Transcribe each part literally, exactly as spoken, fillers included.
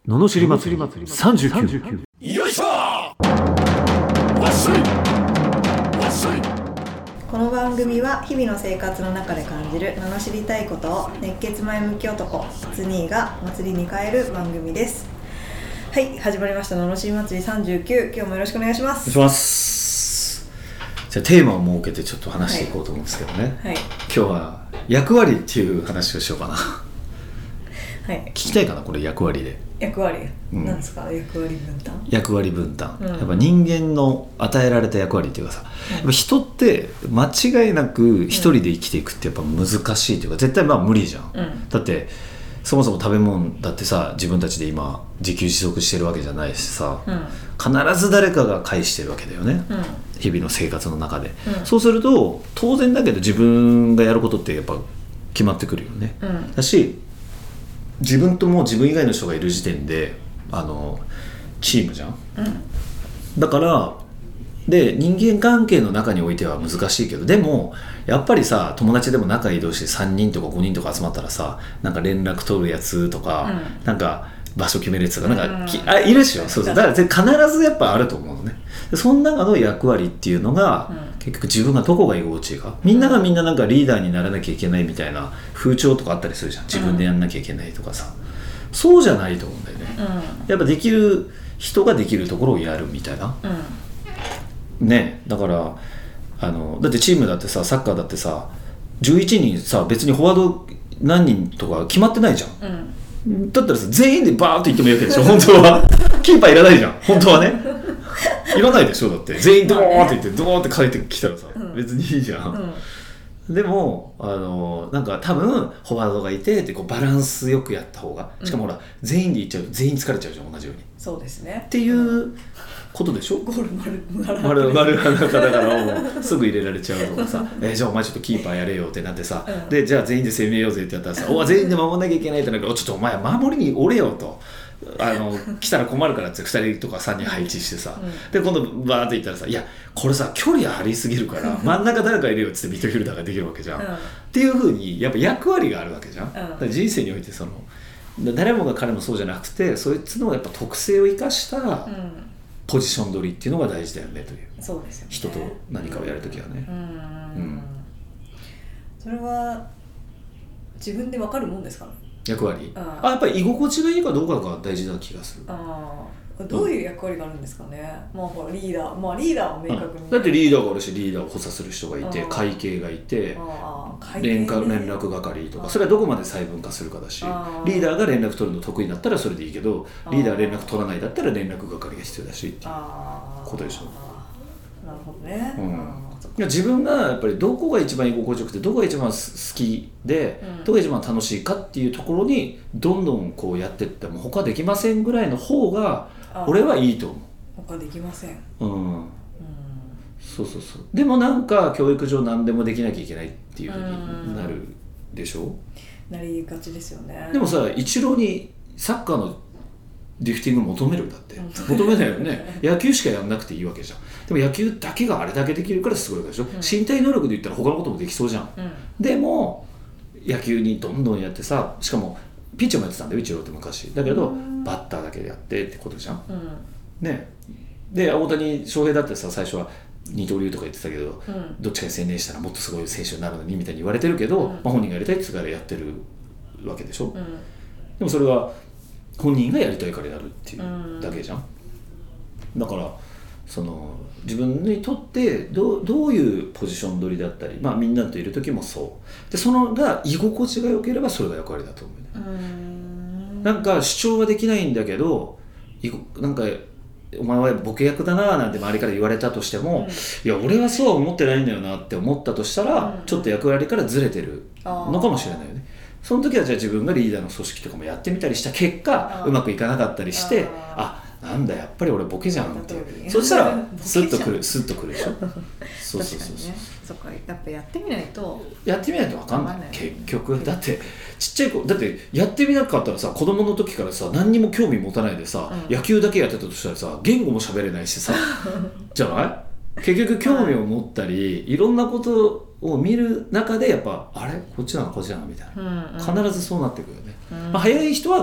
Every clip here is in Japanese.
ののしり祭りさんじゅうきゅう。 よいしょわっしょいわっしょい。 この番組は日々の生活の中で感じる罵りたいことを熱血前向き男ツニーが祭りに変える番組です。はい、始まりました罵り祭りさんじゅうきゅう。今日もよろしくお願いします。 お願いします。じゃあテーマを設けてちょっと話していこうと思うんですけどね、はいはい、今日は役割っていう話をしようかな。はい、聞きたいかなこれ。役割で役割、うん、なんですか役割分担。 役割分担、うん、やっぱ人間の与えられた役割っていうかさ、うん、やっぱ人って間違いなく一人で生きていくってやっぱ難しいというか、絶対まあ無理じゃん、うん、だってそもそも食べ物だってさ自分たちで今自給自足してるわけじゃないしさ、うん、必ず誰かが介してるわけだよね、うん、日々の生活の中で、うん、そうすると当然だけど自分がやることってやっぱ決まってくるよね、うん、だし自分とも自分以外の人がいる時点であのチームじゃん、うん、だからで人間関係の中においては難しいけど、でもやっぱりさ友達でも仲いい同士でさんにんとかごにんとか集まったらさ、なんか連絡取るやつとか、うん、なんか場所決めるやつとかなんか、うん、あいるでしょ。そうそう、だから必ずやっぱあると思うのね。でその中の役割っていうのが、うん、結局自分がどこが居心地いいか、みんながみんななんかリーダーにならなきゃいけないみたいな風潮とかあったりするじゃん。自分でやんなきゃいけないとかさ、うん、そうじゃないと思うんだよね、うん、やっぱできる人ができるところをやるみたいな、うん、ね。だからあのだってチームだってさサッカーだってさじゅういちにんさ別にフォワード何人とか決まってないじゃん、うん、だったらさ全員でバーッといってもいいわけでしょ本当は。キーパーいらないじゃん本当はね。いらないでしょだって全員ドーンっていってドーンって帰ってきたらさ、うん、別にいいじゃん、うん、でもあのなんか多分フォワードがいてってこうバランスよくやった方が、しかもほら、うん、全員でいっちゃうと全員疲れちゃうじゃん同じように。 そうですねっていうことでしょ。 ゴール丸丸丸裸だからもうすぐ入れられちゃうとかさえー、じゃあお前ちょっとキーパーやれよってなってさ、うん、でじゃあ全員で攻めようぜってやったらさお全員で守んなきゃいけないってなるからちょっとお前守りにおれよとあの来たら困るからってふたりとかさんにん配置してさ、うん、で今度バーっていったらさいやこれさ距離ありすぎるから真ん中誰かいるよっつってミッドフィルダーができるわけじゃん、うん、っていう風にやっぱ役割があるわけじゃん、うん、だから人生においてその誰もが彼もそうじゃなくてそいつのやっぱ特性を生かした、うんポジション取りっていうのが大事だよねという。 そうですよね。 人と何かをやるときはね。うん、うん。 それは自分で分かるもんですかね。 役割。あ、やっぱり居心地がいいかどうかが大事な気がする。 ああ、どういう役割があるんですかね。うん、まあほらリーダー、まあリーダーは明確に。 だってリーダーがあるし、リーダーを補佐する人がいて、会計がいて、連絡連絡係とか、それはどこまで細分化するかだし、リーダーが連絡取るの得意だったらそれでいいけど、リーダー連絡取らないだったら連絡係が必要だしっていうことでしょ。 なるほどね。うんいや自分がやっぱりどこが一番居心地よくてどこが一番好きで、うん、どこが一番楽しいかっていうところにどんどんこうやっていっても他できませんぐらいの方が俺はいいと思う。 他できません、 うんうん、そうそうそう。でもなんか教育上何でもできなきゃいけないっていう風になるでしょ、うん、 なりがちですよね。 でもさイチローにサッカーのリフティング求めるんだって、求めないよね。野球しかやんなくていいわけじゃん。でも野球だけがあれだけできるからすごいわけでしょ、うん、身体能力で言ったら他のこともできそうじゃん、うん、でも野球にどんどんやってさ、しかもピッチャーもやってたんだよイチローって昔だけど、うん、バッターだけでやってってことじゃん、うん、ね。で大谷翔平だってさ最初は二刀流とか言ってたけど、うん、どっちかに専念したらもっとすごい選手になるのにみたいに言われてるけど、うんまあ、本人がやりたいって言うからやってるわけでしょ、うん、でもそれは本人がやりたいからやるっていうだけじゃん、うん、だからその自分にとってど う, どういうポジション取りだったり、まあみんなといる時もそうで、そのが居心地が良ければそれが役割だと思うね。うーんなんか主張はできないんだけどなんかお前はボケ役だななんて周りから言われたとしても、うん、いや俺はそうは思ってないんだよなって思ったとしたら、うん、ちょっと役割からずれてるのかもしれないよね。その時はじゃあ自分がリーダーの組織とかもやってみたりした結果うまくいかなかったりして、あなんだやっぱり俺ボケじゃんってそしたらスッとくるスッとくるでしょ。そうそうそうそう、 ね、そっかやっぱやってみないとやってみないと分かんない、ね、結局だってちっちゃい子だってやってみなかったらさ子供の時からさ何にも興味持たないでさ、うん、野球だけやってたとしたらさ言語も喋れないしさじゃない結局興味を持ったりいろんなことを見る中でやっぱあれこっちなのこっちなのみたいな、うんうん、必ずそうなってくるよね、うんまあ、早い人は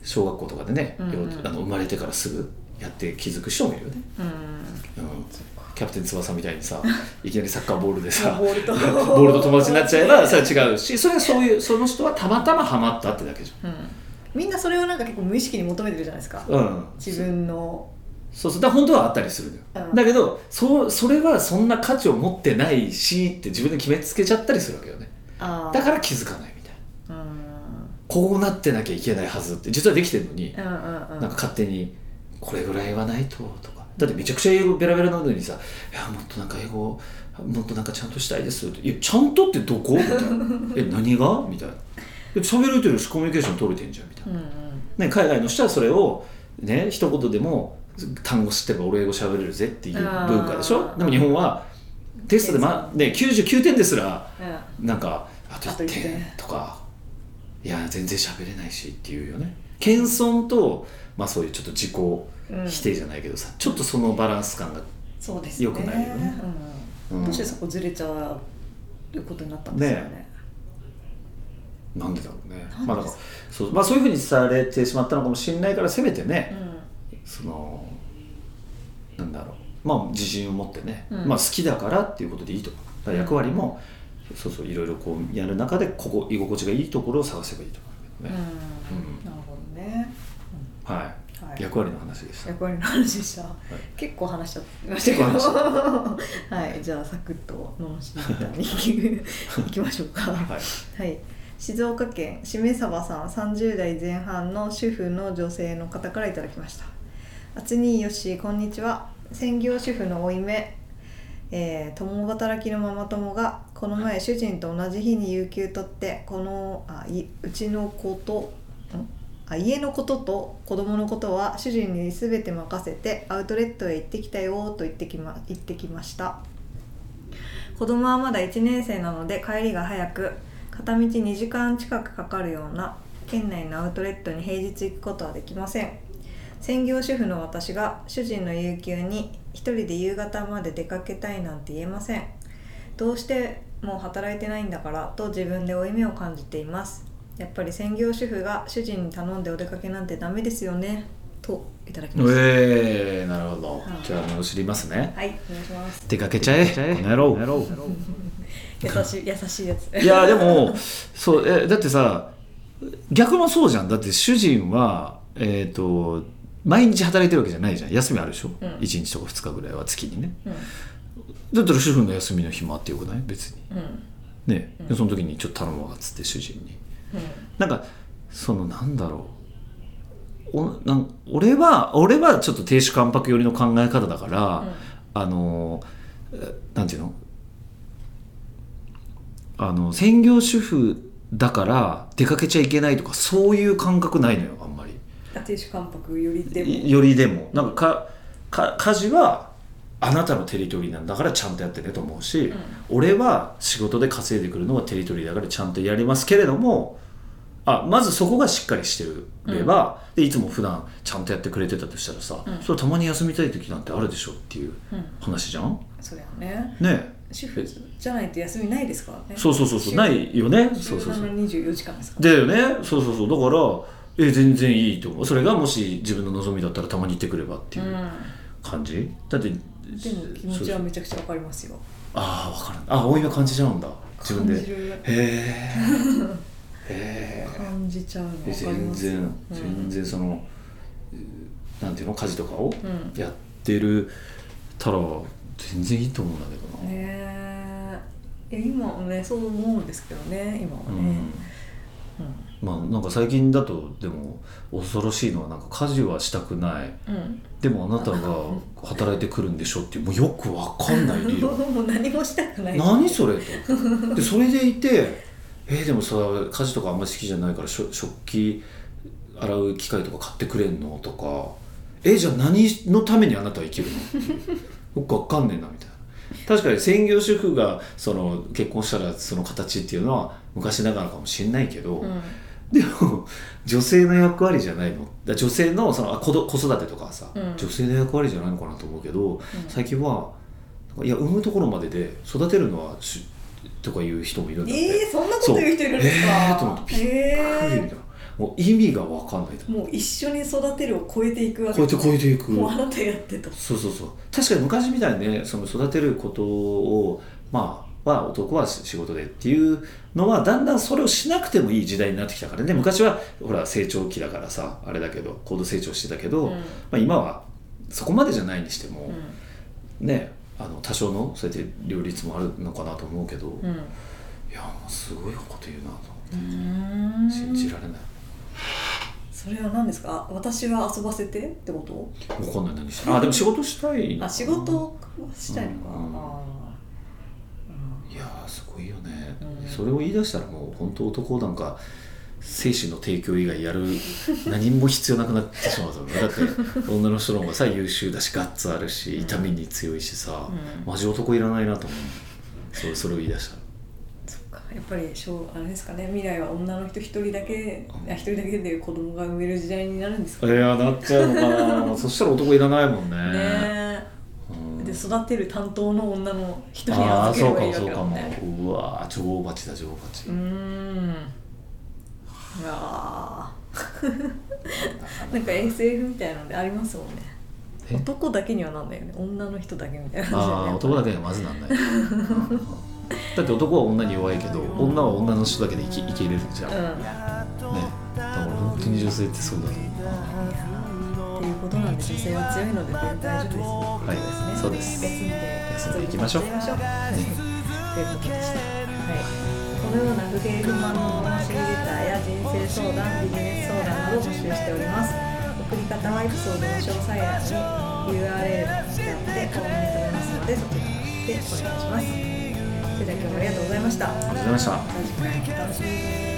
小学校とかでね、 うんうん、 あの生まれてからすぐやって気づく人もいるよね、 うんうん、 キャプテン翼みたいにさいきなりサッカーボールでさボールとボールと友達になっちゃえばそれは違うし、それはそういうその人はたまたまハマったってだけじゃん、うん、 みんなそれをなんか結構無意識に求めてるじゃないですか、うん、自分のそうそうだから本当はあったりするのよ、うん、だけど そ, それはそんな価値を持ってないしって自分で決めつけちゃったりするわけよね。あだから気づかないみたいな、うん、こうなってなきゃいけないはずって実はできてるのに、うんうんうん、なんか勝手にこれぐらいはないととか、だってめちゃくちゃ英語ベラベラなのにさ、いやもっとなんか英語もっとなんかちゃんとしたいですって、いやちゃんとってどこみたいなえ何がみたいな、喋れてるしコミュニケーション取れてんじゃんみたいな、うんうんね、海外の人はそれをね一言でも単語知ってれば俺英語喋れるぜっていう文化でしょ。でも日本はテストで、まね、きゅうじゅうきゅうてんですらなんかあといってんとかいや全然喋れないしっていうよね。謙遜と、まあ、そういうちょっと自己否定じゃないけどさ、うん、ちょっとそのバランス感が良くないよね。 うんうん、どうしてそこずれちゃうことになったんですかね。ねなんでだろうね。まあだからそう、まあ、そういうふうにされてしまったのかもしれないから、せめてね、うん、そのなんだろう、まあ自信を持ってね、うん、まあ好きだからっていうことでいいと思う。だから役割も、うん、そうそういろいろこうやる中でここ居心地がいいところを探せばいいと思うけどね。 うんうん、なるほどね。 うん、はい。はい、役割の話でした。 役割の話でした。はい、結構話しちゃいましたけど。はい、じゃあサクッとのしみたに行きましょうか。はい。はい、静岡県しめさばさん、さんじゅうだいぜん半の主婦の女性の方からいただきました。あつにーよしこんにちは。専業主婦の負い目、えー、共働きのママ友がこの前主人と同じ日に有給取ってこのあいうちの子とんあ家のことと子供のことは主人に全て任せてアウトレットへ行ってきたよと言ってきま、言ってきました。子供はまだいちねん生なので帰りが早く片道にじかん近くかかるような県内のアウトレットに平日行くことはできません。専業主婦の私が主人の有給に一人で夕方まで出かけたいなんて言えません。どうしても働いてないんだからと自分で負い目を感じています。やっぱり専業主婦が主人に頼んでお出かけなんてダメですよねといただきました。 えー、なるほど。じゃあもう知りますね。 はい、お願いします。 出かけちゃえ、この野郎。 優しい優しいやつ。 いやでもそうえだってさ逆もそうじゃん。だって主人はえっ、ー、と毎日働いてるわけじゃないじゃん。休みあるでしょ、うん、いちにちとかふつかぐらいは月にね、うん、だったら主婦の休みの日もあってよくない別に、うんねうん、その時にちょっと頼むわっつって主人に、うん、なんかそのなんだろうおなん俺は俺はちょっと亭主関白寄りの考え方だから、うん、あのなんていうのあの専業主婦だから出かけちゃいけないとかそういう感覚ないのよあんまり。 亭主関白よりでもよりでもなんかかか家事はあなたのテリトリーなんだからちゃんとやってねと思うし、うん、俺は仕事で稼いでくるのはテリトリーだからちゃんとやりますけれどもあまずそこがしっかりしてれば、うん、でいつも普段ちゃんとやってくれてたとしたらさ、うん、それたまに休みたい時なんてあるでしょっていう話じゃん、うん、 そうだよね。 ね主婦じゃないと休みないですからね。 そうそうそうそうないよね。そうそうそうにじゅうよじかんですから、 ね、だよね。そうそうそうだからえ全然いいと思う。それがもし自分の望みだったらたまに行ってくればっていう感じ、うん、だってでも気持ちはめちゃくちゃわかりますよ。 ああ分からんあ多いな感じちゃうんだ自分で。 感じる。 へえへえ感じちゃうの分かります。 全然、うん、全然そのなんていうの家事とかをやってるたら全然いいと思うんだけどな。 へえ今はねそう思うんですけどね今はね、うんうん、まあなんか最近だとでも恐ろしいのはなんか家事はしたくない、うん、でもあなたが働いてくるんでしょっていうもうよくわかんない理由もう何もしたくない何それとでそれでいてえー、でもさ家事とかあんまり好きじゃないから食器洗う機械とか買ってくれんのとかえー、じゃあ何のためにあなたは生きるのよくわかんねえなみたいな。確かに専業主婦がその結婚したらその形っていうのは昔ながらかもしれないけど、うん、でも女性の役割じゃないのだ女性 の, その子, 子育てとかさ、うん、女性の役割じゃないのかなと思うけど、うん、最近はいや産むところまでで育てるのはとかいう人もいるんだって。 えー、そんなこと言う人いるんですか。 えーと思ってびっくりみたいな、えー、 もう意味が分かんないともう一緒に育てるを超えていくわけこうやって超えていく。 もうあなたやってと。 そうそうそう。確かに昔みたいにね、その育てることをまあは男は仕事でっていうのはだんだんそれをしなくてもいい時代になってきたからね。昔はほら成長期だからさあれだけど高度成長してたけど、 うんまあ、今はそこまでじゃないにしても、 うんねあの多少のそうやって両立もあるのかなと思うけど、 うん、 いやもうすごいこと言うなとう思ってーん信じられない。 それは何ですか？私は遊ばせてってこと？ 分かんない何してあでも仕事したいのかな。 あ仕事をしたいのか、 うんあいやーすごいよね、 うんそれを言い出したらもう本当男なんか精子の提供以外やる何も必要なくなってしまうと思う。だって女の人の方がさ優秀だしガッツあるし痛みに強いしさ、 うんマジ男いらないなと思う。そうそれを言い出したらそっかやっぱりしょうあれですかね、未来は女の人一人だけあ一人だけで子供が産める時代になるんですかいやなっちゃうのかなそしたら男いらないもんね。 ねえ、 うんで育てる担当の女の人にああ預ければいいそうかもそうかも。 わけだもんね。 うわー女王蜂だ女王蜂。 うーんうわーなんか エスエフ みたいなのでありますもんね。 え男だけにはなんだよね、女の人だけみたいな感じだよね。 ああ男だけにはまずなんないだって男は女に弱いけど女は女の人だけで生き生きれるじゃん、ね、 うんだから本当に女性ってそうだと思う。 っていうことなんで女性は強いので大丈夫です。 はいそうです休んで休んでいきましょう休みましょう、はい、ということでした。はい、このような不平不満の申し入れレターや人生相談、ビジネス相談などを募集しております。送り方はエピソードの詳細欄に ユーアールエル があってフォームに留めますのでそちらでお願いします。それでは今日もありがとうございました。 ありがとうございました。 また次回お楽しみに。